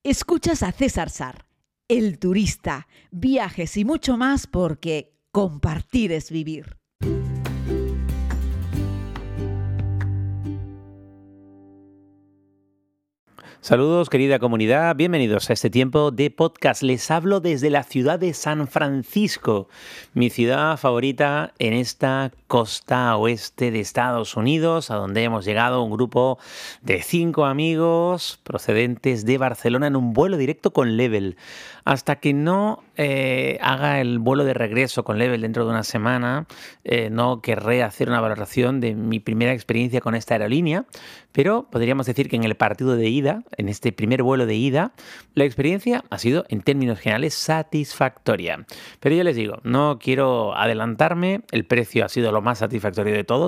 Escuchas a César Sar, el turista, viajes y mucho más porque compartir es vivir. Saludos, querida comunidad, bienvenidos a este tiempo de podcast. Les hablo desde la ciudad de San Francisco, mi ciudad favorita en esta costa oeste de Estados Unidos, a donde hemos llegado un grupo de 5 amigos procedentes de Barcelona en un vuelo directo con Level. Hasta que no haga el vuelo de regreso con Level dentro de una semana, no querré hacer una valoración de mi primera experiencia con esta aerolínea, pero podríamos decir que en el partido de ida, en este primer vuelo de ida, la experiencia ha sido en términos generales satisfactoria. Pero ya les digo, no quiero adelantarme, el precio ha sido lo más satisfactorio de todo,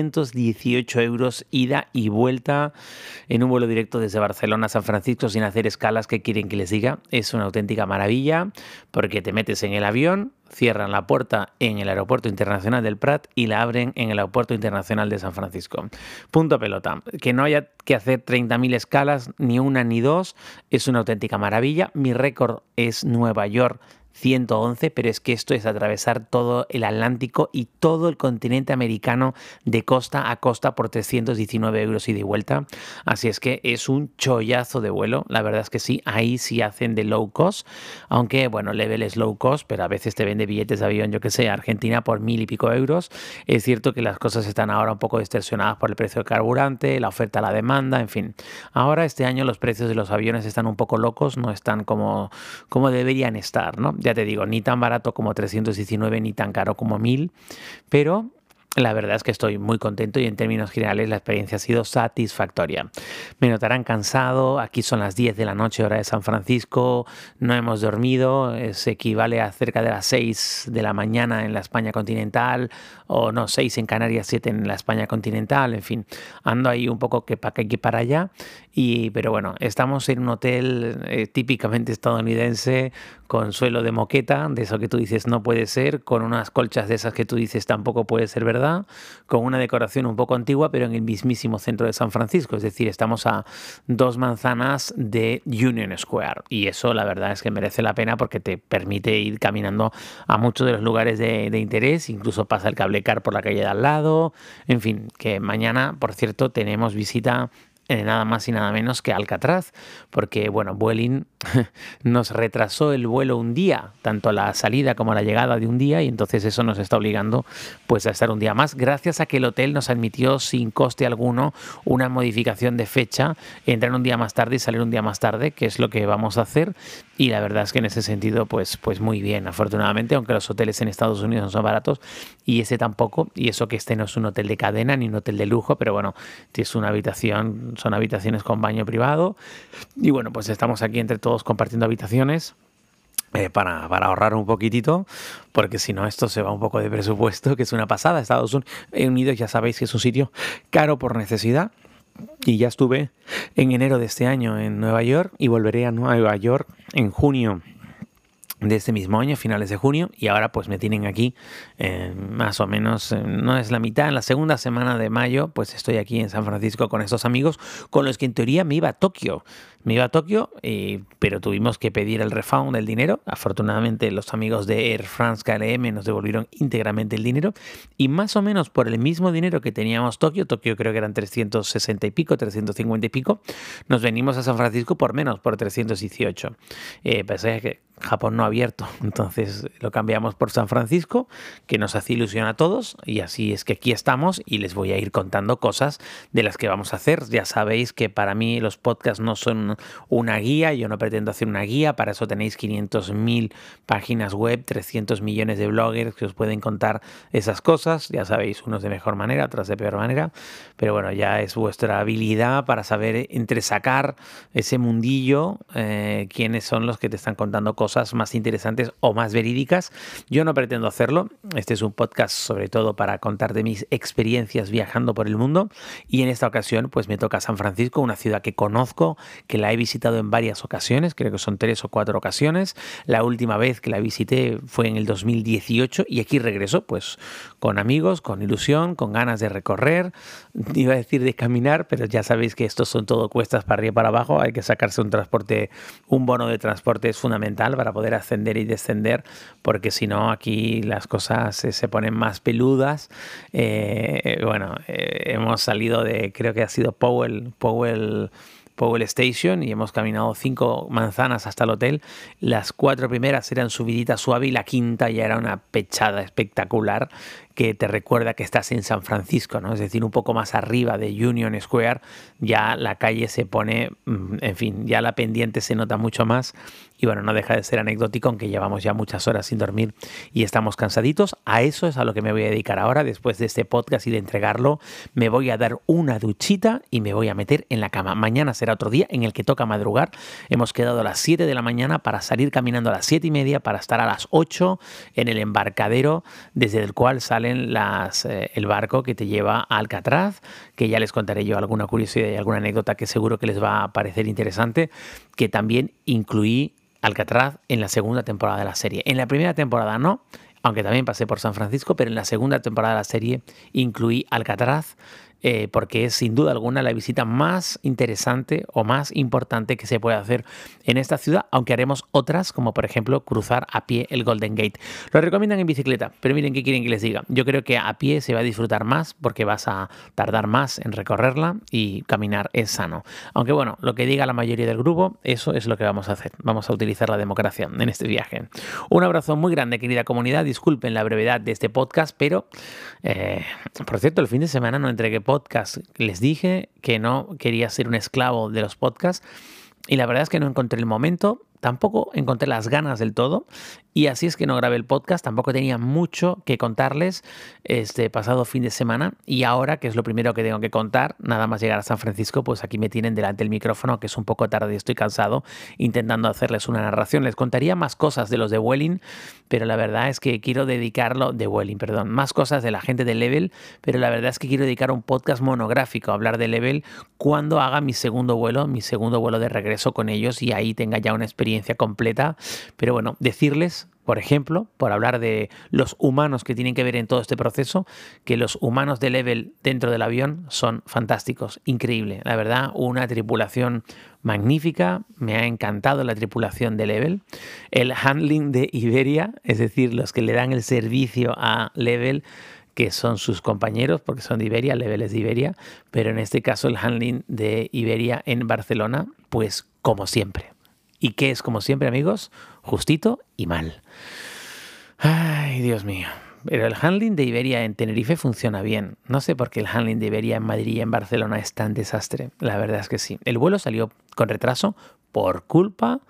318 euros ida y vuelta en un vuelo directo desde Barcelona a San Francisco sin hacer escalas. ¿Qué quieren que les diga? Es una auténtica maravilla porque te metes en el avión, cierran la puerta en el Aeropuerto Internacional del Prat y la abren en el Aeropuerto Internacional de San Francisco. Punto pelota. Que no haya que hacer 30.000 escalas, ni una ni dos, es una auténtica maravilla. Mi récord es Nueva York 111, pero es que esto es atravesar todo el Atlántico y todo el continente americano de costa a costa por 319 euros ida y vuelta. Así es que es un chollazo de vuelo. La verdad es que sí, ahí sí hacen de low cost, aunque bueno, Level es low cost, pero a veces te vende billetes de avión, yo que sé, a Argentina por 1.000 y pico euros. Es cierto que las cosas están ahora un poco distorsionadas por el precio del carburante, la oferta, la demanda, en fin. Ahora este año los precios de los aviones están un poco locos, no están como deberían estar, ¿no? Ya te digo, ni tan barato como 319, ni tan caro como 1.000, pero la verdad es que estoy muy contento y en términos generales la experiencia ha sido satisfactoria. Me notarán cansado, aquí son las 10 de la noche hora de San Francisco, no hemos dormido, se equivale a cerca de las 6 de la mañana en la España continental, o no, 6 en Canarias, 7 en la España continental, en fin, ando ahí un poco que para aquí que para allá, pero bueno, estamos en un hotel típicamente estadounidense, con suelo de moqueta, de eso que tú dices no puede ser, con unas colchas de esas que tú dices tampoco puede ser verdad, con una decoración un poco antigua, pero en el mismísimo centro de San Francisco, es decir, estamos a 2 manzanas de Union Square, y eso la verdad es que merece la pena porque te permite ir caminando a muchos de los lugares de interés, incluso pasa el cable car por la calle de al lado, en fin, que mañana, por cierto, tenemos visita nada más y nada menos que Alcatraz, porque bueno, Vueling nos retrasó el vuelo un día, tanto la salida como la llegada de un día, y entonces eso nos está obligando pues a estar un día más, gracias a que el hotel nos admitió sin coste alguno una modificación de fecha, entrar un día más tarde y salir un día más tarde, que es lo que vamos a hacer, y la verdad es que en ese sentido pues muy bien, afortunadamente, aunque los hoteles en Estados Unidos no son baratos, y ese tampoco, y eso que este no es un hotel de cadena ni un hotel de lujo, pero bueno, es una habitación, son habitaciones con baño privado, y bueno, pues estamos aquí entre todos compartiendo habitaciones para ahorrar un poquitito, porque si no esto se va un poco de presupuesto, que es una pasada. Estados Unidos ya sabéis que es un sitio caro por necesidad, y ya estuve en enero de este año en Nueva York y volveré a Nueva York en junio de este mismo año, finales de junio, y ahora pues me tienen aquí más o menos, no es la mitad, en la segunda semana de mayo, pues estoy aquí en San Francisco con estos amigos con los que en teoría me iba a Tokio, pero tuvimos que pedir el refund del dinero. Afortunadamente los amigos de Air France KLM nos devolvieron íntegramente el dinero, y más o menos por el mismo dinero que teníamos Tokio creo que eran 360 y pico, 350 y pico, nos venimos a San Francisco por menos, por 318. Pensé que Japón no ha abierto, entonces lo cambiamos por San Francisco, que nos hace ilusión a todos, y así es que aquí estamos y les voy a ir contando cosas de las que vamos a hacer. Ya sabéis que para mí los podcasts no son una guía, yo no pretendo hacer una guía, para eso tenéis 500.000 páginas web, 300 millones de bloggers que os pueden contar esas cosas, ya sabéis, unos de mejor manera, otros de peor manera, pero bueno, ya es vuestra habilidad para saber entresacar ese mundillo, quiénes son los que te están contando cosas más interesantes o más verídicas. Yo no pretendo hacerlo. Este es un podcast sobre todo para contar de mis experiencias viajando por el mundo, y en esta ocasión pues me toca San Francisco, una ciudad que conozco, que que la he visitado en varias ocasiones, creo que son 3 o 4 ocasiones. La última vez que la visité fue en el 2018 y aquí regreso pues con amigos, con ilusión, con ganas de recorrer, iba a decir de caminar, pero ya sabéis que estos son todo cuestas para arriba y para abajo, hay que sacarse un bono de transporte es fundamental para poder ascender y descender, porque si no aquí las cosas se ponen más peludas. Hemos salido de, creo que ha sido Powell Station y hemos caminado 5 manzanas hasta el hotel. Las 4 primeras eran subidita suave y la quinta ya era una pechada espectacular que te recuerda que estás en San Francisco, ¿no? Es decir, un poco más arriba de Union Square ya la calle se pone, en fin, ya la pendiente se nota mucho más y bueno, no deja de ser anecdótico, aunque llevamos ya muchas horas sin dormir y estamos cansaditos. A eso es a lo que me voy a dedicar ahora. Después de este podcast y de entregarlo, me voy a dar una duchita y me voy a meter en la cama. Mañana será otro día en el que toca madrugar. Hemos quedado a las 7 de la mañana para salir caminando a las 7:30 para estar a las 8 en el embarcadero desde el cual salen el barco que te lleva a Alcatraz, que ya les contaré yo alguna curiosidad y alguna anécdota que seguro que les va a parecer interesante, que también incluí Alcatraz en la segunda temporada de la serie. En la primera temporada no, aunque también pasé por San Francisco, pero en la segunda temporada de la serie incluí Alcatraz, porque es sin duda alguna la visita más interesante o más importante que se puede hacer en esta ciudad, aunque haremos otras, como por ejemplo cruzar a pie el Golden Gate. Lo recomiendan en bicicleta, pero miren qué quieren que les diga. Yo creo que a pie se va a disfrutar más porque vas a tardar más en recorrerla y caminar es sano. Aunque bueno, lo que diga la mayoría del grupo, eso es lo que vamos a hacer. Vamos a utilizar la democracia en este viaje. Un abrazo muy grande, querida comunidad. Disculpen la brevedad de este podcast, pero por cierto, el fin de semana no entregué podcast. Les dije que no quería ser un esclavo de los podcasts y la verdad es que no encontré el momento, tampoco encontré las ganas del todo y así es que no grabé el podcast. Tampoco tenía mucho que contarles este pasado fin de semana y ahora, que es lo primero que tengo que contar, nada más llegar a San Francisco, pues aquí me tienen delante del micrófono, que es un poco tarde y estoy cansado, intentando hacerles una narración. Les contaría más cosas de los de Vueling, pero la verdad es que quiero dedicarlo, más cosas de la gente de Level, pero la verdad es que quiero dedicar un podcast monográfico a hablar de Level cuando haga mi segundo vuelo de regreso con ellos y ahí tenga ya una experiencia completa. Pero bueno, decirles, por ejemplo, por hablar de los humanos que tienen que ver en todo este proceso, que los humanos de Level dentro del avión son fantásticos, increíble. La verdad, una tripulación magnífica, me ha encantado la tripulación de Level. El handling de Iberia, es decir, los que le dan el servicio a Level, que son sus compañeros, porque son de Iberia, Level es de Iberia, pero en este caso el handling de Iberia en Barcelona, pues como siempre. ¿Y qué es como siempre, amigos? Justito y mal. Ay, Dios mío. Pero el handling de Iberia en Tenerife funciona bien. No sé por qué el handling de Iberia en Madrid y en Barcelona es tan desastre. La verdad es que sí. El vuelo salió con retraso por culpa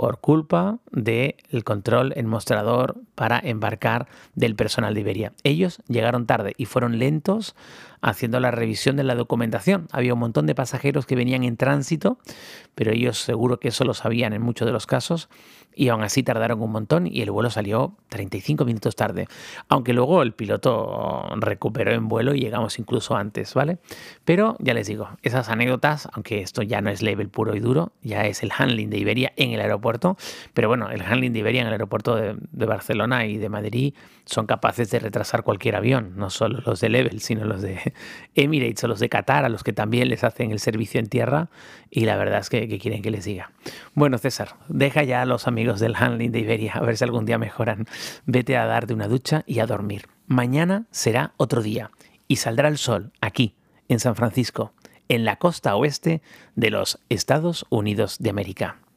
del control en mostrador para embarcar del personal de Iberia. Ellos llegaron tarde y fueron lentos haciendo la revisión de la documentación. Había un montón de pasajeros que venían en tránsito, pero ellos seguro que eso lo sabían en muchos de los casos y aún así tardaron un montón y el vuelo salió 35 minutos tarde. Aunque luego el piloto recuperó en vuelo y llegamos incluso antes, ¿vale? Pero ya les digo, esas anécdotas, aunque esto ya no es Level puro y duro, ya es el handling de Iberia en el aeropuerto, pero bueno, el handling de Iberia en el aeropuerto de Barcelona y de Madrid son capaces de retrasar cualquier avión, no solo los de Level, sino los de Emirates o los de Qatar, a los que también les hacen el servicio en tierra, y la verdad es que quieren que les diga. Bueno, César, deja ya a los amigos del handling de Iberia, a ver si algún día mejoran. Vete a darte una ducha y a dormir. Mañana será otro día y saldrá el sol aquí, en San Francisco, en la costa oeste de los Estados Unidos de América.